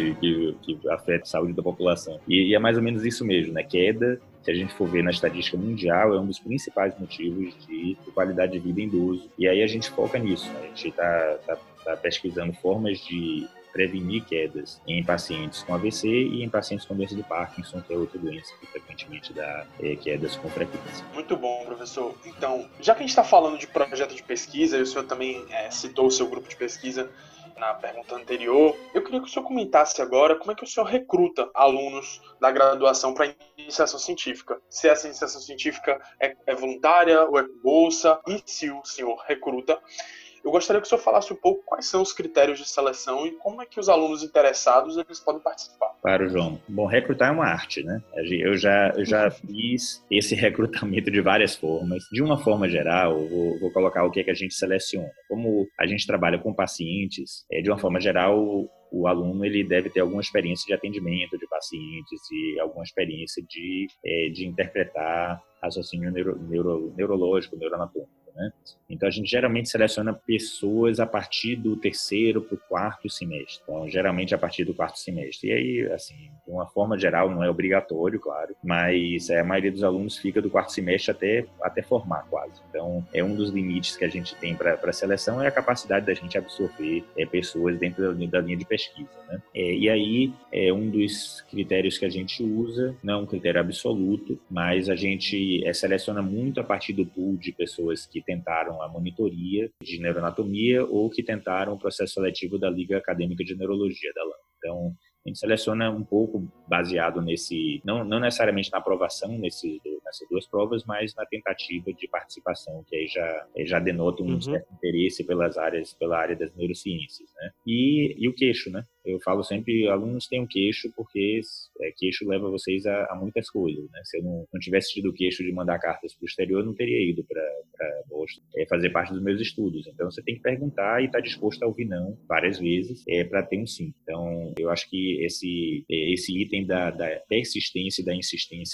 que afetam a saúde da população. E é mais ou menos isso mesmo, né? Queda, se a gente for ver na estatística mundial, é um dos principais motivos de qualidade de vida em idoso. E aí a gente foca nisso, né? A gente está pesquisando formas de prevenir quedas em pacientes com AVC e em pacientes com doença de Parkinson, que é outra doença que frequentemente dá quedas com frequência. Muito bom, professor. Então, já que a gente está falando de projeto de pesquisa, e o senhor também citou o seu grupo de pesquisa na pergunta anterior, eu queria que o senhor comentasse agora como é que o senhor recruta alunos da graduação para iniciação científica. Se essa iniciação científica é voluntária ou é com bolsa, e se o senhor recruta, eu gostaria que o senhor falasse um pouco quais são os critérios de seleção e como é que os alunos interessados eles podem participar. Claro, João. Bom, recrutar é uma arte, né? Eu já fiz esse recrutamento de várias formas. De uma forma geral, vou colocar o que é que a gente seleciona. Como a gente trabalha com pacientes, de uma forma geral, o aluno ele deve ter alguma experiência de atendimento de pacientes e alguma experiência de interpretar raciocínio neurológico, neuroanatômico, né? Então, a gente geralmente seleciona pessoas a partir do 3º para o 4º semestre. Então, geralmente a partir do 4º semestre. E aí, assim, de uma forma geral, não é obrigatório, claro, mas a maioria dos alunos fica do 4º semestre até formar quase. Então, é um dos limites que a gente tem para a seleção é a capacidade da gente absorver pessoas dentro da linha de pesquisa, né? E aí, um dos critérios que a gente usa, não é um critério absoluto, mas a gente seleciona muito a partir do pool de pessoas que tentaram a monitoria de neuroanatomia ou que tentaram o processo seletivo da Liga Acadêmica de Neurologia da LAN. Então, a gente seleciona um pouco baseado não necessariamente na aprovação nessas duas provas, mas na tentativa de participação, que aí já denota um certo interesse pela área das neurociências, né? E o queixo, né? Eu falo sempre, alunos têm um queixo, porque queixo leva vocês a muitas coisas, né? Se eu não tivesse tido o queixo de mandar cartas para o exterior, eu não teria ido para Boston fazer parte dos meus estudos. Então, você tem que perguntar e estar disposto a ouvir não várias vezes para ter um sim. Então, eu acho que esse item da persistência e da insistência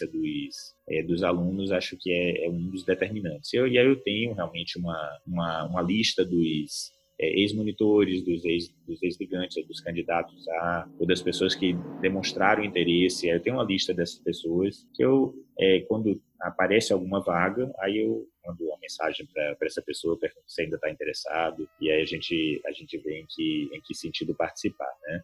dos alunos, acho que é um dos determinantes. E aí eu tenho realmente uma lista dos ex-monitores, dos ex-ligantes, dos candidatos ou das pessoas que demonstraram interesse. Eu tenho uma lista dessas pessoas que quando aparece alguma vaga, aí eu mando uma mensagem para essa pessoa, pergunto se ainda está interessado, e aí a gente vê em que sentido participar, né?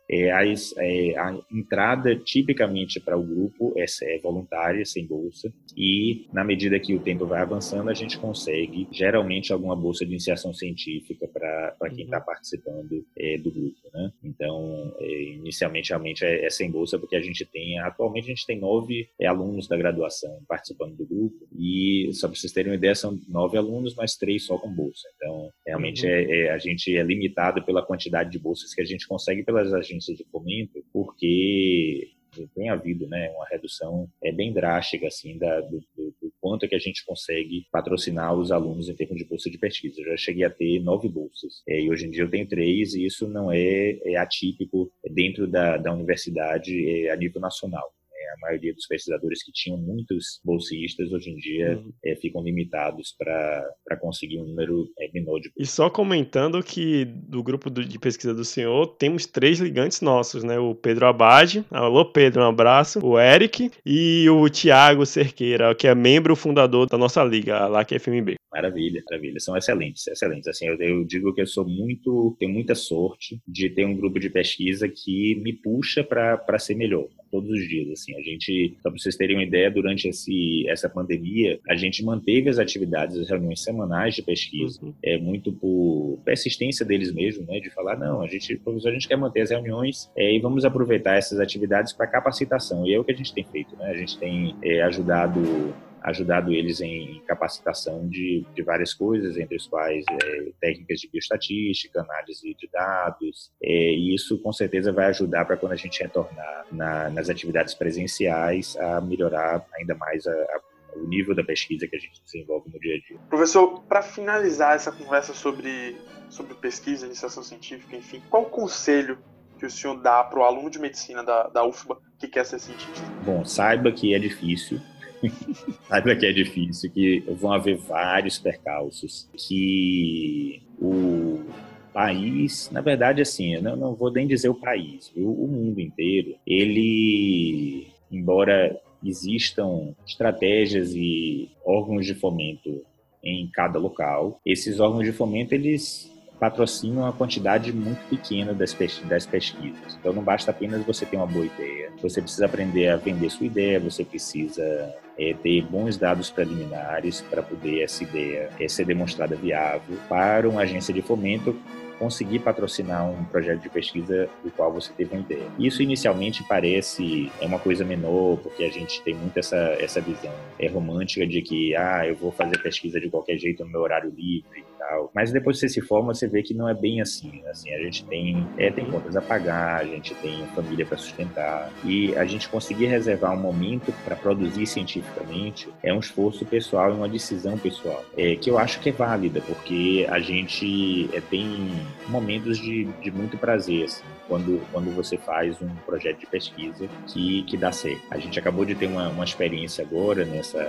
A entrada, tipicamente, para o grupo é voluntária, sem bolsa, e na medida que o tempo vai avançando, a gente consegue, geralmente, alguma bolsa de iniciação científica para quem está participando do grupo, né? Então, inicialmente, realmente, é sem bolsa, porque atualmente, a gente tem 9 alunos da graduação participando do grupo, e, só para vocês terem uma ideia, são 9 alunos, mas 3 só com bolsa. Então, realmente, a gente é limitado pela quantidade de bolsas que a gente consegue pelas agências de fomento, porque tem havido, né, uma redução bem drástica assim, do quanto é que a gente consegue patrocinar os alunos em termos de bolsa de pesquisa. Eu já cheguei a ter 9 bolsas, e hoje em dia eu tenho 3, e isso não é atípico dentro da universidade a nível nacional. A maioria dos pesquisadores que tinham muitos bolsistas, hoje em dia, ficam limitados para conseguir um número menor de bolsistas. E só comentando que do grupo de pesquisa do senhor, temos 3 ligantes nossos, né? O Pedro Abade, alô Pedro, um abraço, o Eric e o Tiago Cerqueira, que é membro fundador da nossa liga, a LAC FMB. Maravilha, maravilha. São excelentes. Assim, eu digo que eu tenho muita sorte de ter um grupo de pesquisa que me puxa para ser melhor todos os dias. Assim, só para vocês terem uma ideia, durante essa pandemia, a gente manteve as atividades, as reuniões semanais de pesquisa, muito por persistência deles mesmo, né, de falar, não, professor, a gente quer manter as reuniões e vamos aproveitar essas atividades para capacitação. E é o que a gente tem feito, né? A gente tem ajudado eles em capacitação de várias coisas, entre as quais técnicas de bioestatística, análise de dados, e isso com certeza vai ajudar para quando a gente retornar nas atividades presenciais a melhorar ainda mais o nível da pesquisa que a gente desenvolve no dia a dia. Professor, para finalizar essa conversa sobre pesquisa, iniciação científica, enfim, qual o conselho que o senhor dá para o aluno de medicina da UFBA que quer ser cientista? Bom, saiba que é difícil, que vão haver vários percalços, que País, na verdade, assim, eu não vou nem dizer o país, viu? O mundo inteiro, ele, embora existam estratégias e órgãos de fomento em cada local, esses órgãos de fomento, eles patrocinam a quantidade muito pequena das pesquisas. Então, não basta apenas você ter uma boa ideia, você precisa aprender a vender sua ideia, você precisa ter bons dados preliminares para poder essa ideia ser demonstrada viável para uma agência de fomento conseguir patrocinar um projeto de pesquisa do qual você teve uma ideia. Isso inicialmente parece uma coisa menor, porque a gente tem muito essa visão romântica de que eu vou fazer pesquisa de qualquer jeito no meu horário livre e tal. Mas depois que você se forma, você vê que não é bem assim. Assim, a gente tem contas a pagar, a gente tem família para sustentar, e a gente conseguir reservar um momento para produzir cientificamente é um esforço pessoal e uma decisão pessoal, que eu acho que é válida, porque a gente tem momentos de muito prazer, assim, quando você faz um projeto de pesquisa que dá certo. A gente acabou de ter uma experiência agora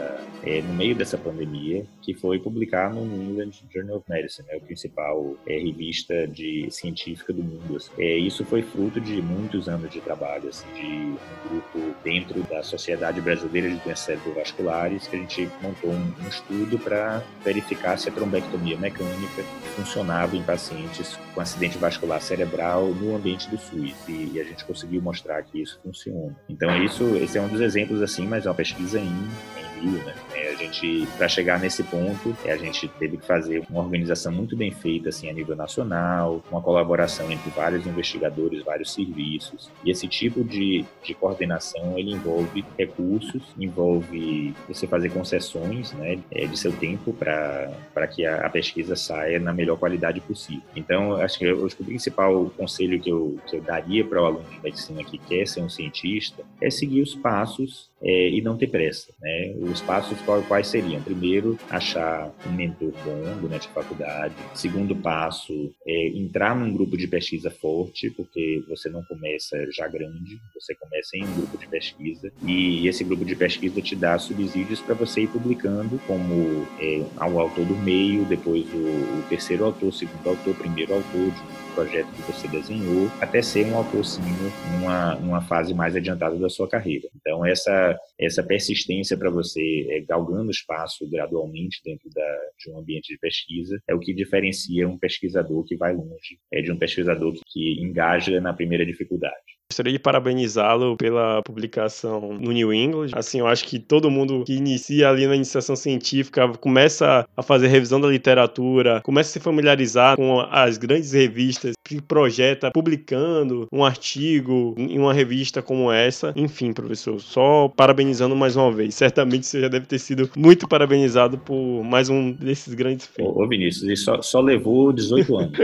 no meio dessa pandemia, que foi publicar no New England Journal of Medicine, a principal revista científica do mundo. Assim. Isso foi fruto de muitos anos de trabalho, assim, de um grupo dentro da Sociedade Brasileira de Doenças Cerebrovasculares, que a gente montou um estudo para verificar se a trombectomia mecânica funcionava em pacientes com acidente vascular cerebral no ambiente do SUS, e a gente conseguiu mostrar que isso funciona. Então esse é um dos exemplos, assim, mas é uma pesquisa em Rio, né? A gente, para chegar nesse ponto, a gente teve que fazer uma organização muito bem feita, assim, a nível nacional, uma colaboração entre vários investigadores, vários serviços, e esse tipo de coordenação, ele envolve recursos, envolve você fazer concessões, né, de seu tempo para que a pesquisa saia na melhor qualidade possível. Então, acho que o principal conselho que eu daria para o aluno de medicina que quer ser um cientista é seguir os passos e não ter pressa, né? Os passos quais seriam? Primeiro, achar um mentor bom durante a faculdade. Segundo passo, entrar num grupo de pesquisa forte, porque você não começa já grande, você começa em um grupo de pesquisa, e esse grupo de pesquisa te dá subsídios para você ir publicando como o autor do meio, depois o terceiro autor, segundo autor, primeiro autor de um projeto que você desenhou, até ser um autor sênior numa fase mais adiantada da sua carreira. Então, essa persistência para você galgando espaço gradualmente dentro de um ambiente de pesquisa é o que diferencia um pesquisador que vai longe, de um pesquisador que engaja na primeira dificuldade. Gostaria de parabenizá-lo pela publicação no New England. Assim, eu acho que todo mundo que inicia ali na iniciação científica começa a fazer revisão da literatura, começa a se familiarizar com as grandes revistas, que projeta publicando um artigo em uma revista como essa. Enfim, professor, só parabenizando mais uma vez. Certamente você já deve ter sido muito parabenizado por mais um desses grandes feitos. Ô Vinícius, ele só levou 18 anos.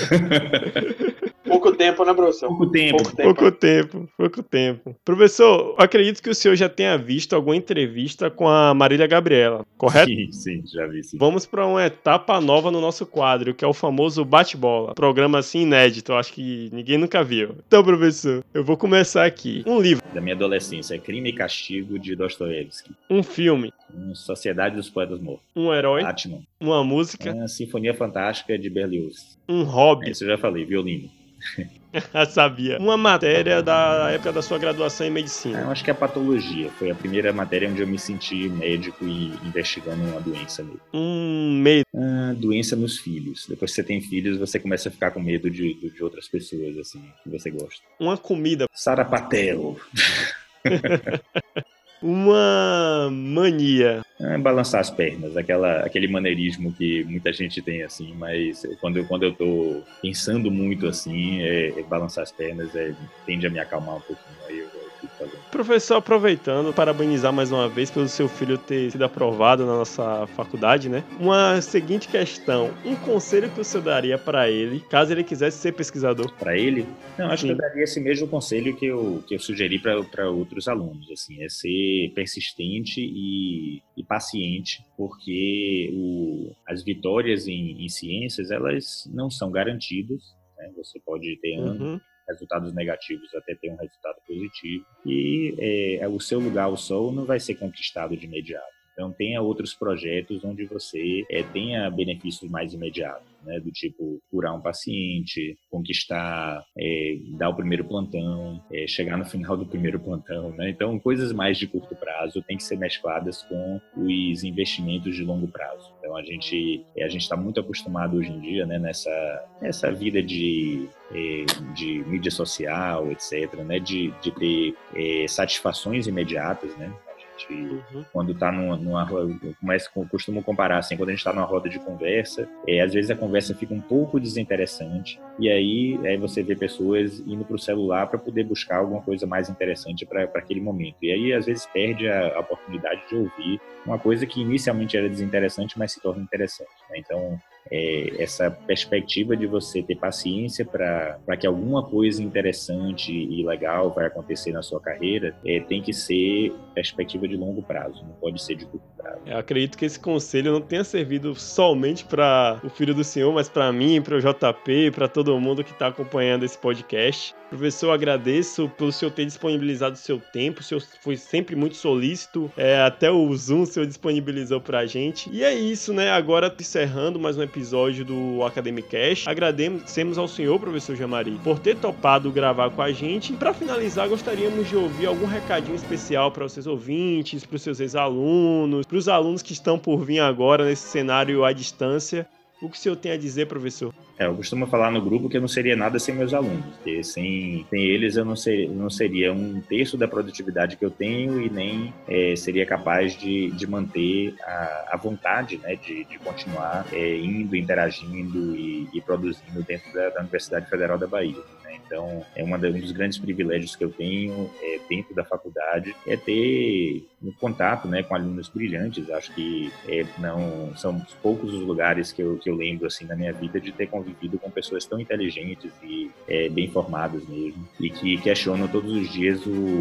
Pouco tempo, né, professor? Pouco tempo. Professor, acredito que o senhor já tenha visto alguma entrevista com a Marília Gabriela, correto? Sim, já vi, sim. Vamos para uma etapa nova no nosso quadro, que é o famoso bate-bola. Programa assim inédito, eu acho que ninguém nunca viu. Então, professor, eu vou começar aqui. Um livro. Da minha adolescência, Crime e Castigo, de Dostoiévski. Um filme. Sociedade dos Poetas Mortos. Um herói. Batman. Uma música. Sinfonia Fantástica, de Berlioz. Um hobby. Isso eu já falei, violino. Sabia. Uma matéria da época da sua graduação em medicina. Eu acho que é a patologia. Foi a primeira matéria onde eu me senti médico e investigando uma doença mesmo. Medo. Doença nos filhos. Depois que você tem filhos, você começa a ficar com medo de outras pessoas, assim, que você gosta. Uma comida. Sarapatel. Uma mania. Balançar as pernas, aquele maneirismo que muita gente tem, assim, mas quando eu tô pensando muito, assim, balançar as pernas tende a me acalmar um pouquinho, aí eu fico fazendo. Professor, aproveitando, parabenizar mais uma vez pelo seu filho ter sido aprovado na nossa faculdade, né? Uma seguinte questão, um conselho que o senhor daria para ele, caso ele quisesse ser pesquisador? Para ele? Não, acho Sim. que eu daria esse mesmo conselho que eu sugeri para outros alunos, assim, é ser persistente e paciente, porque as vitórias em ciências, elas não são garantidas, né? Você pode ter resultados negativos até ter um resultado positivo, e o seu lugar ao sol não vai ser conquistado de imediato. Então, tenha outros projetos onde você tenha benefícios mais imediatos, né? Do tipo, curar um paciente, conquistar, dar o primeiro plantão, chegar no final do primeiro plantão, né? Então, coisas mais de curto prazo têm que ser mescladas com os investimentos de longo prazo. Então, a gente está muito acostumado hoje em dia, né, nessa vida de mídia social, etc., né, de ter satisfações imediatas, né? Quando está costumo comparar assim, quando a gente está numa roda de conversa, às vezes a conversa fica um pouco desinteressante e aí você vê pessoas indo para o celular para poder buscar alguma coisa mais interessante para aquele momento, e aí às vezes perde a oportunidade de ouvir uma coisa que inicialmente era desinteressante, mas se torna interessante, né? Então, essa perspectiva de você ter paciência para que alguma coisa interessante e legal vai acontecer na sua carreira, tem que ser perspectiva de longo prazo, não pode ser de curto prazo. Eu acredito que esse conselho não tenha servido somente para o filho do senhor, mas para mim, para o JP, para todo mundo que está acompanhando esse podcast. Professor, agradeço pelo senhor ter disponibilizado o seu tempo, o senhor foi sempre muito solícito, até o Zoom o senhor disponibilizou pra gente. E é isso, né? Agora, encerrando mais um episódio do Academicast, agradecemos ao senhor, professor Jamari, por ter topado gravar com a gente. E para finalizar, gostaríamos de ouvir algum recadinho especial para os seus ouvintes, para os seus ex-alunos, para os alunos que estão por vir agora nesse cenário à distância. O que o senhor tem a dizer, professor? Eu costumo falar no grupo que eu não seria nada sem meus alunos, porque sem eles eu não seria um terço da produtividade que eu tenho e nem seria capaz de manter a vontade, né, de continuar indo, interagindo e produzindo dentro da Universidade Federal da Bahia. Então, um dos grandes privilégios que eu tenho dentro da faculdade é ter um contato, né, com alunos brilhantes. Acho que não são poucos os lugares que eu lembro assim na minha vida de ter convivido com pessoas tão inteligentes e bem formadas mesmo, e que questionam todos os dias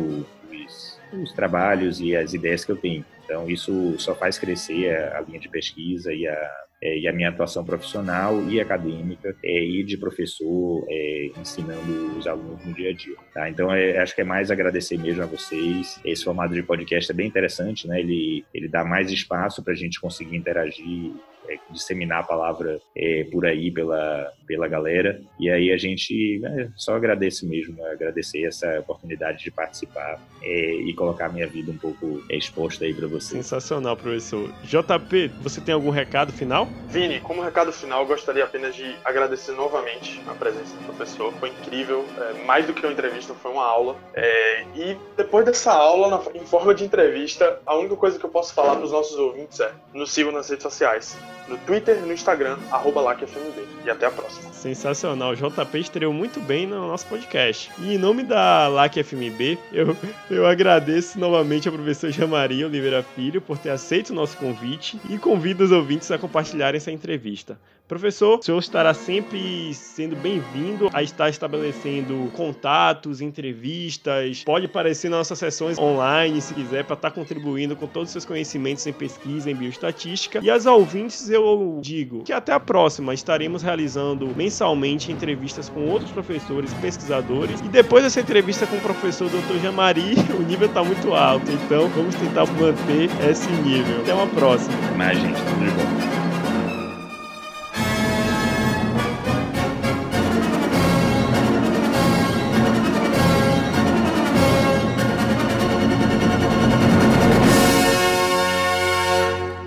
os trabalhos e as ideias que eu tenho. Então, isso só faz crescer a linha de pesquisa e a minha atuação profissional e acadêmica e de professor ensinando os alunos no dia a dia. Tá? Então, acho que é mais agradecer mesmo a vocês. Esse formato de podcast é bem interessante, né? Ele dá mais espaço para a gente conseguir interagir, disseminar a palavra por aí pela galera, e aí a gente só agradece mesmo, agradecer essa oportunidade de participar e colocar a minha vida um pouco exposta aí para vocês. Sensacional, professor. JP, você tem algum recado final? Vini, como recado final, eu gostaria apenas de agradecer novamente a presença do professor, foi incrível, mais do que uma entrevista, foi uma aula, e depois dessa aula, em forma de entrevista, a única coisa que eu posso falar para os nossos ouvintes nos sigam nas redes sociais, no Twitter, no Instagram, @LACFMB. E até a próxima. Sensacional. O JP estreou muito bem no nosso podcast. E em nome da LACFMB, eu agradeço novamente ao professor Jamari Oliveira Filho por ter aceito o nosso convite e convido os ouvintes a compartilharem essa entrevista. Professor, o senhor estará sempre sendo bem-vindo a estar estabelecendo contatos, entrevistas, pode aparecer nas nossas sessões online, se quiser, para estar contribuindo com todos os seus conhecimentos em pesquisa, em bioestatística. E aos ouvintes eu digo que até a próxima estaremos realizando mensalmente entrevistas com outros professores, pesquisadores, e depois dessa entrevista com o professor Dr. Jamari, o nível está muito alto, então vamos tentar manter esse nível. Até uma próxima. Mais gente, tudo de bom.